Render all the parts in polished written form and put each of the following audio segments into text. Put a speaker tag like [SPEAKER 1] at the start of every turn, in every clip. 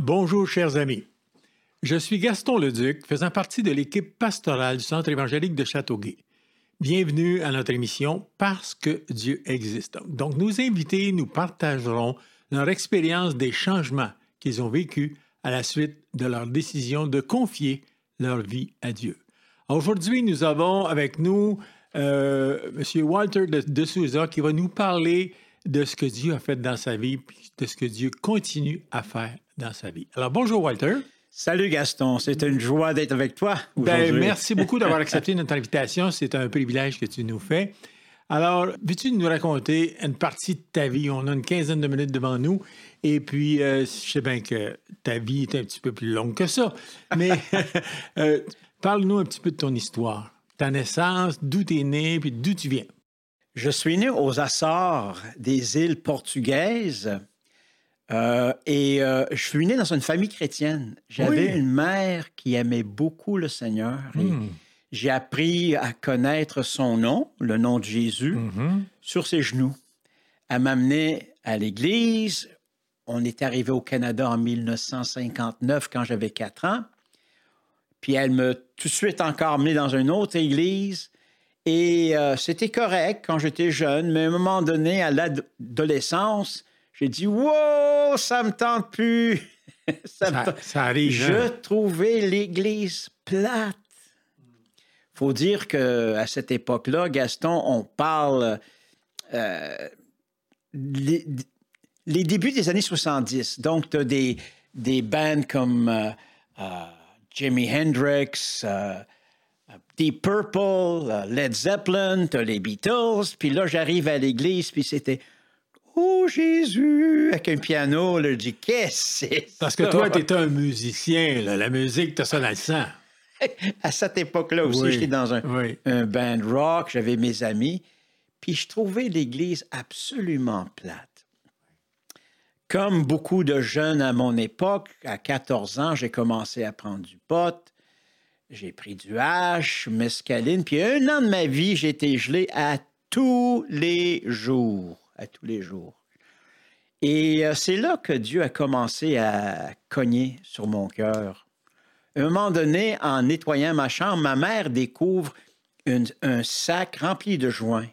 [SPEAKER 1] Bonjour, chers amis. Je suis Gaston Leduc, faisant partie de l'équipe pastorale du Centre évangélique de Châteauguay. Bienvenue à notre émission « Parce que Dieu existe ». Donc, nos invités nous partageront leur expérience des changements qu'ils ont vécus à la suite de leur décision de confier leur vie à Dieu. Aujourd'hui, nous avons avec nous M. Walter de Souza qui va nous parler de ce que Dieu a fait dans sa vie, puis de ce que Dieu continue à faire dans sa vie. Alors, bonjour Walter.
[SPEAKER 2] Salut Gaston, c'est une joie d'être avec toi aujourd'hui.
[SPEAKER 1] Merci beaucoup d'avoir accepté notre invitation. C'est un privilège que tu nous fais. Alors, veux-tu nous raconter une partie de ta vie? On a une quinzaine de minutes devant nous. Et puis, je sais bien que ta vie est un petit peu plus longue que ça. Mais parle-nous un petit peu de ton histoire, ta naissance, d'où tu es né, puis d'où tu viens.
[SPEAKER 2] Je suis né aux Açores, des îles portugaises. Je suis né dans une famille chrétienne. J'avais une mère qui aimait beaucoup le Seigneur. Et j'ai appris à connaître son nom, le nom de Jésus, sur ses genoux. Elle m'amenait à l'église. On est arrivé au Canada en 1959 quand j'avais 4 ans. Puis elle m'a tout de suite encore emmené dans une autre église. Et c'était correct quand j'étais jeune, mais à un moment donné, à l'adolescence, j'ai dit « Wow, ça me tente plus! »
[SPEAKER 1] Ça arrive.
[SPEAKER 2] Je trouvais l'Église plate. Il faut dire qu'à cette époque-là, Gaston, on parle les débuts des années 70. Donc, tu as des bands comme Jimi Hendrix, Deep Purple, Led Zeppelin, tu as les Beatles. Puis là, j'arrive à l'église, puis c'était... Oh Jésus, avec un piano, là, je dis, qu'est-ce que c'est ça?
[SPEAKER 1] Parce que toi, tu étais un musicien, là. La musique, tu as ça dans le sang.
[SPEAKER 2] À cette époque-là aussi, j'étais dans un band rock, j'avais mes amis, puis je trouvais l'Église absolument plate. Comme beaucoup de jeunes à mon époque, à 14 ans, j'ai commencé à prendre du pot, j'ai pris du hash, mescaline, puis 1 an de ma vie, j'ai été gelé à tous les jours. Et c'est là que Dieu a commencé à cogner sur mon cœur. À un moment donné, en nettoyant ma chambre, ma mère découvre un sac rempli de joints.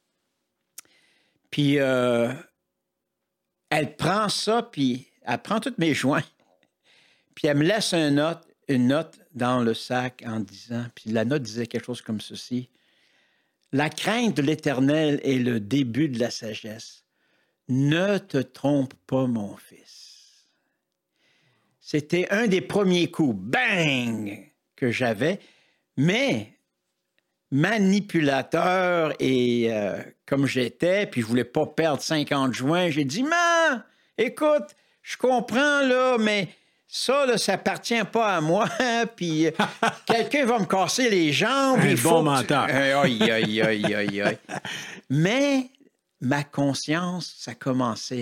[SPEAKER 2] Puis elle prend ça, puis elle prend tous mes joints. Puis elle me laisse une note dans le sac en disant, puis la note disait quelque chose comme ceci. La crainte de l'Éternel est le début de la sagesse. Ne te trompe pas, mon fils. C'était un des premiers coups, bang, que j'avais, mais manipulateur et comme j'étais, puis je voulais pas perdre 50 joints, j'ai dit, maman, écoute, je comprends, là, mais... Ça, là, ça appartient pas à moi, puis quelqu'un va me casser les jambes.
[SPEAKER 1] Un bon menteur.
[SPEAKER 2] Aïe. Mais ma conscience, ça commençait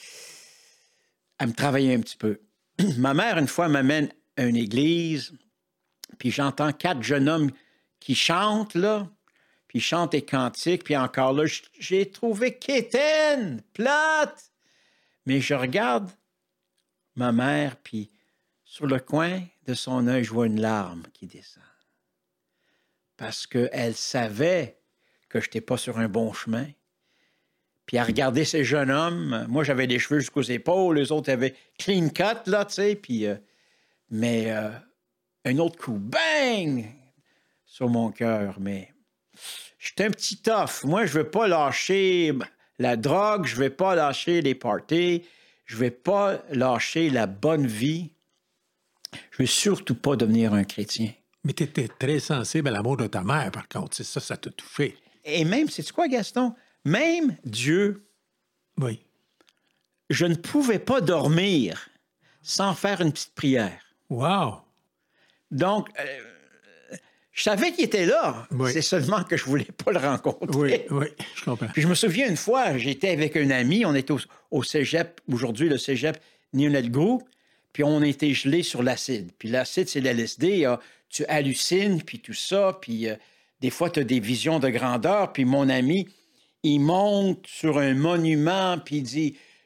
[SPEAKER 2] à me travailler un petit peu. Ma mère, une fois, m'amène à une église, puis j'entends 4 jeunes hommes qui chantent, là, puis ils chantent des cantiques, puis encore là, j'ai trouvé quétaine, plate. Mais je regarde ma mère, puis sur le coin de son œil, je vois une larme qui descend. Parce qu'elle savait que je n'étais pas sur un bon chemin. Puis à regarder ces jeunes hommes, moi j'avais les cheveux jusqu'aux épaules, les autres avaient clean cut, là, tu sais, puis... mais un autre coup, bang! Sur mon cœur, mais... J'étais un petit tough. Moi, je ne veux pas lâcher la drogue, je ne vais pas lâcher les parties, je ne vais pas lâcher la bonne vie. Je ne veux surtout pas devenir un chrétien.
[SPEAKER 1] Mais tu étais très sensible à l'amour de ta mère, par contre. C'est ça t'a touché.
[SPEAKER 2] Et même, sais-tu quoi, Gaston? Même Dieu,
[SPEAKER 1] oui.
[SPEAKER 2] Je ne pouvais pas dormir sans faire une petite prière.
[SPEAKER 1] Wow!
[SPEAKER 2] Donc, je savais qu'il était là.
[SPEAKER 1] Oui.
[SPEAKER 2] C'est seulement que je ne voulais pas le rencontrer.
[SPEAKER 1] Oui, je comprends.
[SPEAKER 2] Puis je me souviens une fois, j'étais avec un ami, on était au cégep, aujourd'hui le cégep Néonel-Grou, puis on était gelés sur l'acide. Puis l'acide, c'est l'LSD, tu hallucines, puis tout ça, puis des fois, tu as des visions de grandeur. Puis mon ami, il monte sur un monument, puis il dit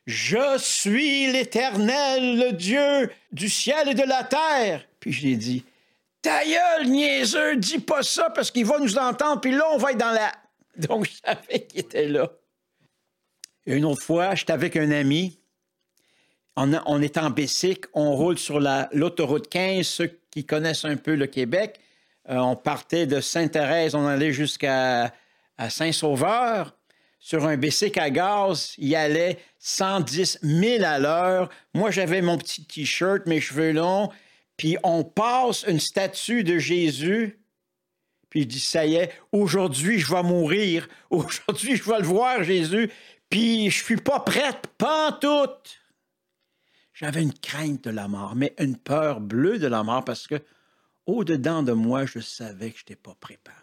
[SPEAKER 2] Je suis l'Éternel, le Dieu du ciel et de la terre. Puis je lui ai dit, ta gueule, niaiseux, dis pas ça parce qu'il va nous entendre, puis là, on va être dans la... Donc, je savais qu'il était là. Une autre fois, j'étais avec un ami. On est en bicycle, on roule sur l'autoroute 15. Ceux qui connaissent un peu le Québec, on partait de Sainte-Thérèse, on allait jusqu'à Saint-Sauveur. Sur un bicycle à gaz, il allait 110 000 à l'heure. Moi, j'avais mon petit T-shirt, mes cheveux longs. Puis on passe une statue de Jésus. Puis je dis, ça y est, aujourd'hui, je vais mourir. Aujourd'hui, je vais le voir, Jésus. Puis je suis pas prête, pantoute. J'avais une crainte de la mort, mais une peur bleue de la mort parce que au-dedans de moi, je savais que je n'étais pas préparé.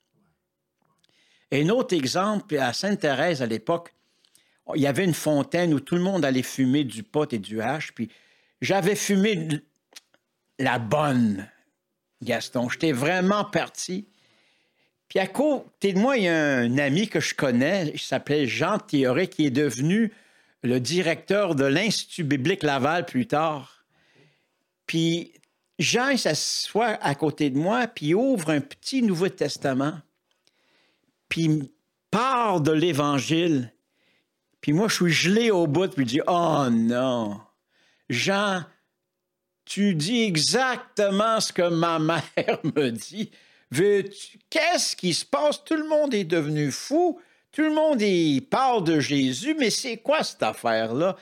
[SPEAKER 2] Et un autre exemple, à Sainte-Thérèse, à l'époque, il y avait une fontaine où tout le monde allait fumer du pot et du hache. Puis j'avais fumé la bonne, Gaston. J'étais vraiment parti. Puis à côté de moi, il y a un ami que je connais, il s'appelait Jean Théoret, qui est devenu le directeur de l'Institut biblique Laval plus tard. Puis Jean, il s'assoit à côté de moi, puis il ouvre un petit Nouveau Testament, puis il part de l'Évangile. Puis moi, je suis gelé au bout, puis je dis, « Oh non, Jean, tu dis exactement ce que ma mère me dit. Qu'est-ce qui se passe? Tout le monde est devenu fou. Tout le monde parle de Jésus, mais c'est quoi cette affaire-là?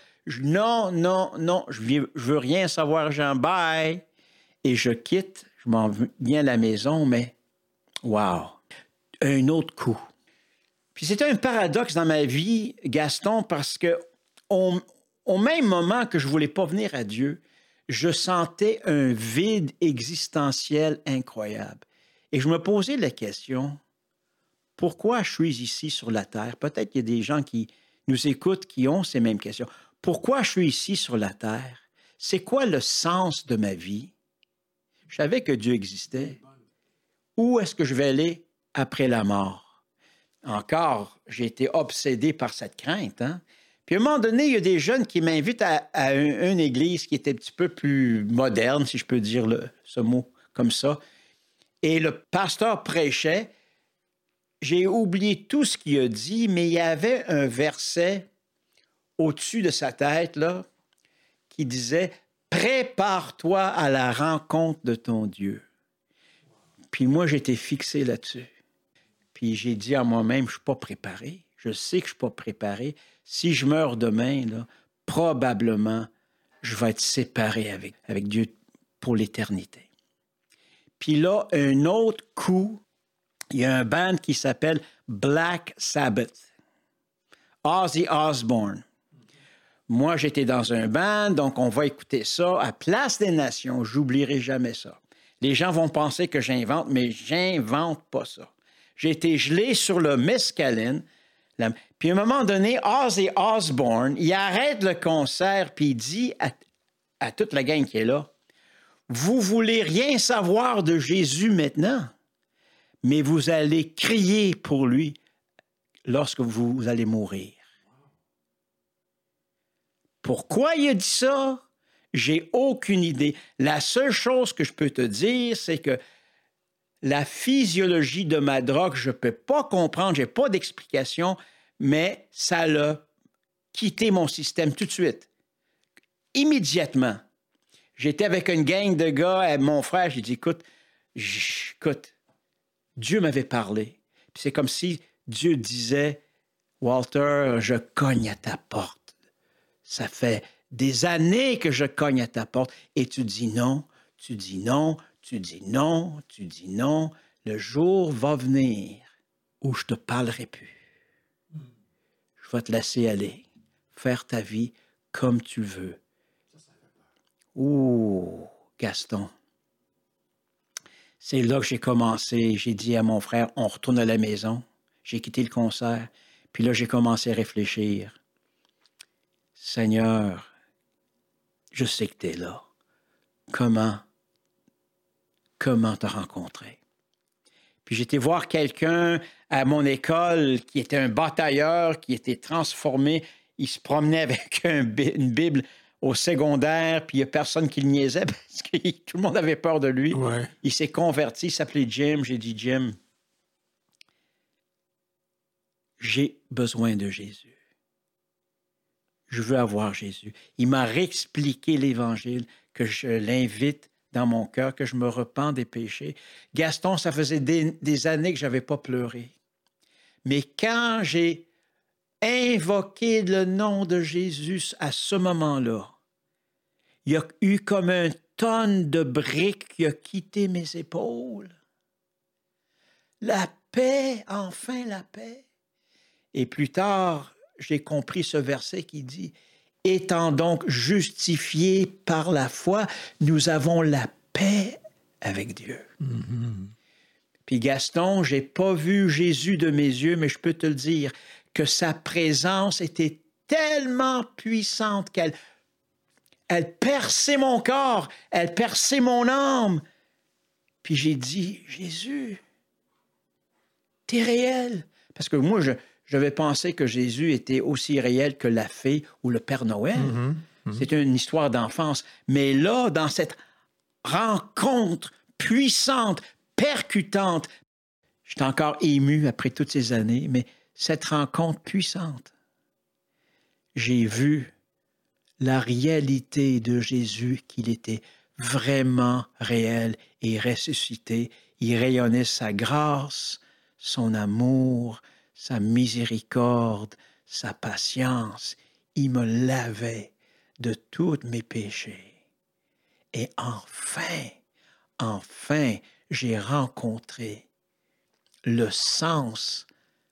[SPEAKER 2] Non, je veux rien savoir, Jean, bye. » Et je quitte, je m'en viens à la maison, mais wow, un autre coup. Puis c'était un paradoxe dans ma vie, Gaston, parce que au même moment que je ne voulais pas venir à Dieu, je sentais un vide existentiel incroyable. Et je me posais la question, pourquoi je suis ici sur la terre? Peut-être qu'il y a des gens qui nous écoutent qui ont ces mêmes questions. Pourquoi je suis ici sur la terre? C'est quoi le sens de ma vie? Je savais que Dieu existait. Où est-ce que je vais aller après la mort? Encore, j'ai été obsédé par cette crainte. Hein? Puis à un moment donné, il y a des jeunes qui m'invitent à une église qui était un petit peu plus moderne, si je peux dire ce mot comme ça. Et le pasteur prêchait. J'ai oublié tout ce qu'il a dit, mais il y avait un verset au-dessus de sa tête là, qui disait « Prépare-toi à la rencontre de ton Dieu. » Puis moi, j'étais fixé là-dessus. Puis j'ai dit à moi-même, je ne suis pas préparé. Je sais que je ne suis pas préparé. Si je meurs demain, là, probablement, je vais être séparé avec Dieu pour l'éternité. Puis là, un autre coup, il y a un band qui s'appelle Black Sabbath. Ozzy Osbourne. Moi, j'étais dans un band, donc on va écouter ça à Place des Nations. J'oublierai jamais ça. Les gens vont penser que j'invente, mais j'invente pas ça. J'ai été gelé sur le mescaline. Puis à un moment donné, Ozzy Osbourne, il arrête le concert puis il dit à toute la gang qui est là, « Vous voulez rien savoir de Jésus maintenant, mais vous allez crier pour lui lorsque vous allez mourir. » Pourquoi il a dit ça? J'ai aucune idée. La seule chose que je peux te dire, c'est que la physiologie de ma drogue, je ne peux pas comprendre, je n'ai pas d'explication, mais ça l'a quitté mon système tout de suite. Immédiatement. J'étais avec une gang de gars, mon frère, j'ai dit, écoute, Dieu m'avait parlé. Puis c'est comme si Dieu disait, Walter, je cogne à ta porte. Ça fait des années que je cogne à ta porte et tu dis non, tu dis non, tu dis non, tu dis non. Le jour va venir où je ne te parlerai plus. Je vais te laisser aller, faire ta vie comme tu veux. Ouh, Gaston. C'est là que j'ai commencé. J'ai dit à mon frère, on retourne à la maison. J'ai quitté le concert. Puis là, j'ai commencé à réfléchir. Seigneur, je sais que tu es là. Comment te rencontrer? Puis j'étais voir quelqu'un à mon école qui était un batailleur, qui était transformé. il se promenait avec une Bible au secondaire, puis il n'y a personne qui le niaisait parce que tout le monde avait peur de lui.
[SPEAKER 1] Ouais.
[SPEAKER 2] Il s'est converti, il s'appelait Jim. J'ai dit, Jim, j'ai besoin de Jésus. Je veux avoir Jésus. Il m'a réexpliqué l'Évangile, que je l'invite dans mon cœur, que je me repens des péchés. Gaston, ça faisait des années que je n'avais pas pleuré. Mais quand j'ai invoqué le nom de Jésus à ce moment-là, il y a eu comme un tonne de briques qui a quitté mes épaules. La paix, enfin la paix. Et plus tard, j'ai compris ce verset qui dit « Étant donc justifiés par la foi, nous avons la paix avec Dieu. » Puis Gaston, je n'ai pas vu Jésus de mes yeux, mais je peux te le dire que sa présence était tellement puissante qu'elle perçait mon corps, elle perçait mon âme. Puis j'ai dit, Jésus, t'es réel. Parce que moi, j'avais pensé que Jésus était aussi réel que la fée ou le Père Noël. C'était une histoire d'enfance. Mais là, dans cette rencontre puissante, percutante, j'étais encore ému après toutes ces années, mais cette rencontre puissante, j'ai vu la réalité de Jésus, qu'il était vraiment réel et ressuscité. Il rayonnait sa grâce, son amour, sa miséricorde, sa patience. Il me lavait de tous mes péchés. Et enfin, j'ai rencontré le sens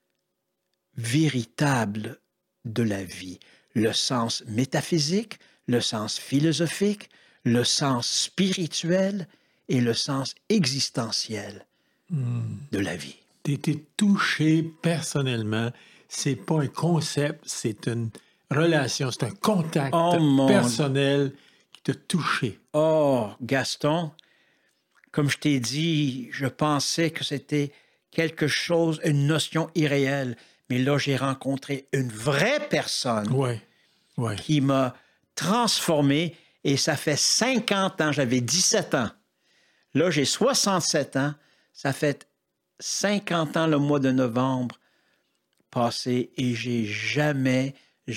[SPEAKER 2] véritable de la vie, le sens métaphysique, le sens philosophique, le sens spirituel et le sens existentiel de la vie.
[SPEAKER 1] Tu étais touché personnellement. C'est pas un concept, c'est une relation, c'est un contact personnel qui t'a touché.
[SPEAKER 2] Oh, Gaston, comme je t'ai dit, je pensais que c'était quelque chose, une notion irréelle. Mais là, j'ai rencontré une vraie personne qui m'a transformé. Et ça fait 50 ans, j'avais 17 ans. Là, j'ai 67 ans. Ça fait 50 ans le mois de novembre passé et j'ai jamais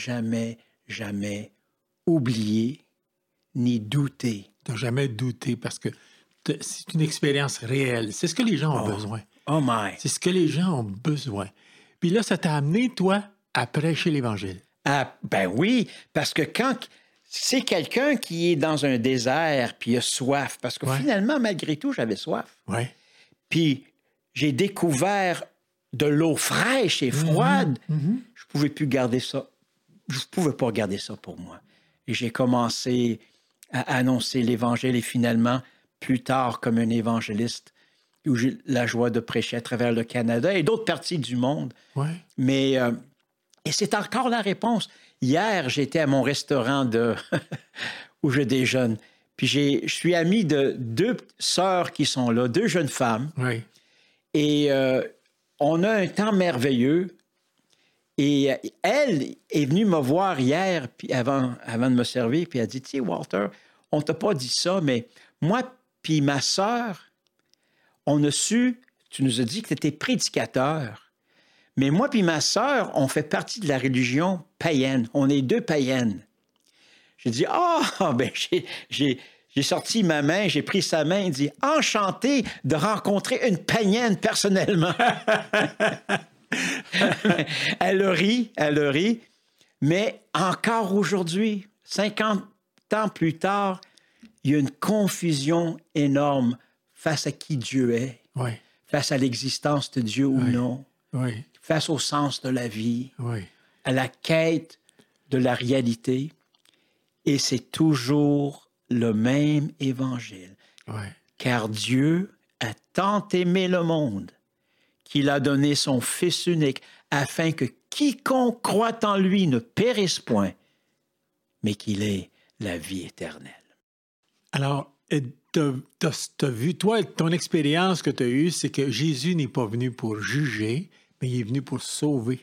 [SPEAKER 2] oublié ni douté.
[SPEAKER 1] Tu n'as jamais douté parce que c'est une expérience réelle. C'est ce que les gens ont besoin.
[SPEAKER 2] Oh my!
[SPEAKER 1] C'est ce que les gens ont besoin. Puis là, ça t'a amené, toi, à prêcher l'Évangile.
[SPEAKER 2] Ah, ben oui, parce que quand c'est quelqu'un qui est dans un désert puis a soif, parce que finalement, malgré tout, j'avais soif. Puis j'ai découvert de l'eau fraîche et froide. Je pouvais plus garder ça. Je pouvais pas garder ça pour moi. Et j'ai commencé à annoncer l'Évangile et finalement, plus tard, comme un évangéliste, où j'ai la joie de prêcher à travers le Canada et d'autres parties du monde. Mais, et c'est encore la réponse. Hier, j'étais à mon restaurant où je déjeune. Puis je suis ami de 2 sœurs qui sont là, 2 jeunes femmes. Et on a un temps merveilleux. Et elle est venue me voir hier, puis avant de me servir, puis elle a dit, « Tu sais, Walter, on t'a pas dit ça, mais moi puis ma sœur, on a su, tu nous as dit que tu étais prédicateur, mais moi puis ma sœur, on fait partie de la religion païenne. On est 2 païennes. » J'ai dit, « Ah, ben j'ai sorti ma main, j'ai pris sa main et dit, « Enchanté de rencontrer une païenne personnellement. » Elle a ri, mais encore aujourd'hui, 50 ans plus tard, il y a une confusion énorme face à qui Dieu est, face à l'existence de Dieu ou non, face au sens de la vie, à la quête de la réalité. Et c'est toujours le même évangile. Car Dieu a tant aimé le monde qu'il a donné son Fils unique, afin que quiconque croit en lui ne périsse point, mais qu'il ait la vie éternelle.
[SPEAKER 1] Alors, t'as vu, toi, ton expérience que tu as eue, c'est que Jésus n'est pas venu pour juger, mais il est venu pour sauver.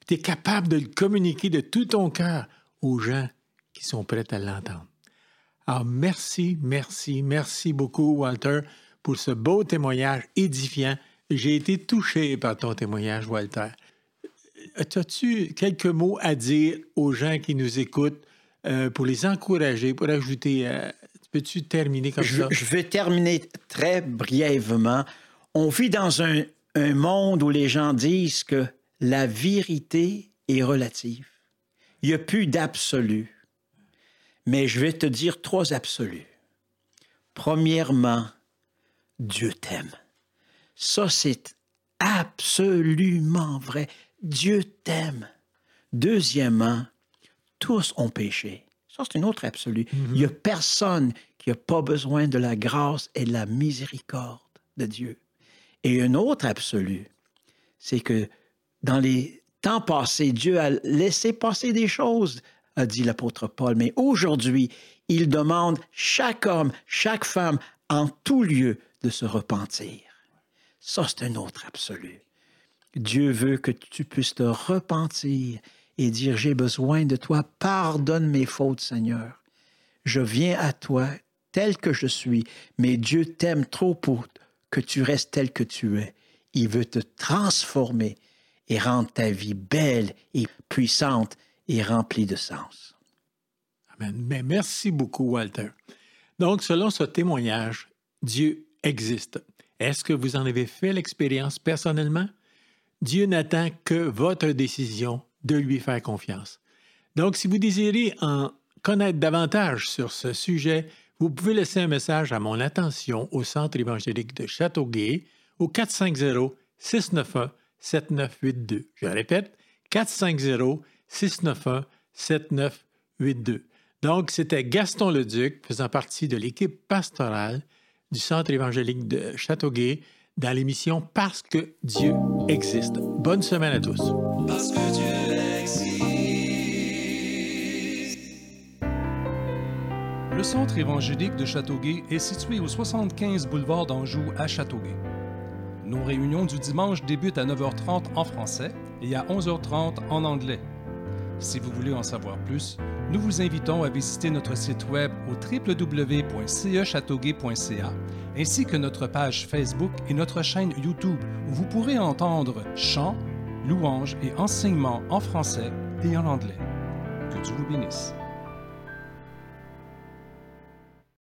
[SPEAKER 1] Tu es capable de le communiquer de tout ton cœur aux gens qui sont prêts à l'entendre. Alors, merci beaucoup, Walter, pour ce beau témoignage édifiant. J'ai été touché par ton témoignage, Walter. As-tu quelques mots à dire aux gens qui nous écoutent pour les encourager, pour ajouter... peux-tu terminer comme ça?
[SPEAKER 2] Je vais terminer très brièvement. On vit dans un monde où les gens disent que la vérité est relative. Il n'y a plus d'absolu. Mais je vais te dire 3 absolus. Premièrement, Dieu t'aime. Ça, c'est absolument vrai. Dieu t'aime. Deuxièmement, tous ont péché. Ça, c'est une autre absolue. Il n'y a personne qui n'a pas besoin de la grâce et de la miséricorde de Dieu. Et une autre absolue, c'est que dans les temps passés, Dieu a laissé passer des choses, a dit l'apôtre Paul. Mais aujourd'hui, il demande chaque homme, chaque femme, en tout lieu, de se repentir. Ça, c'est un autre absolu. Dieu veut que tu puisses te repentir et dire, j'ai besoin de toi, pardonne mes fautes, Seigneur. Je viens à toi tel que je suis, mais Dieu t'aime trop pour que tu restes tel que tu es. Il veut te transformer et rendre ta vie belle et puissante et remplie de sens.
[SPEAKER 1] Amen. Mais merci beaucoup, Walter. Donc, selon ce témoignage, Dieu existe. Est-ce que vous en avez fait l'expérience personnellement? Dieu n'attend que votre décision de lui faire confiance. Donc, si vous désirez en connaître davantage sur ce sujet, vous pouvez laisser un message à mon attention au Centre évangélique de Châteauguay au 450-691-7982. Je répète, 450-691-7982. Donc, c'était Gaston Leduc, faisant partie de l'équipe pastorale du Centre évangélique de Châteauguay, dans l'émission Parce que Dieu existe. Bonne semaine à tous. Parce que Dieu existe.
[SPEAKER 3] Le Centre évangélique de Châteauguay est situé au 75 boulevard d'Anjou à Châteauguay. Nos réunions du dimanche débutent à 9h30 en français et à 11h30 en anglais. Si vous voulez en savoir plus, nous vous invitons à visiter notre site web au www.cechateauguay.ca ainsi que notre page Facebook et notre chaîne YouTube où vous pourrez entendre chants, louanges et enseignements en français et en anglais. Que Dieu vous bénisse.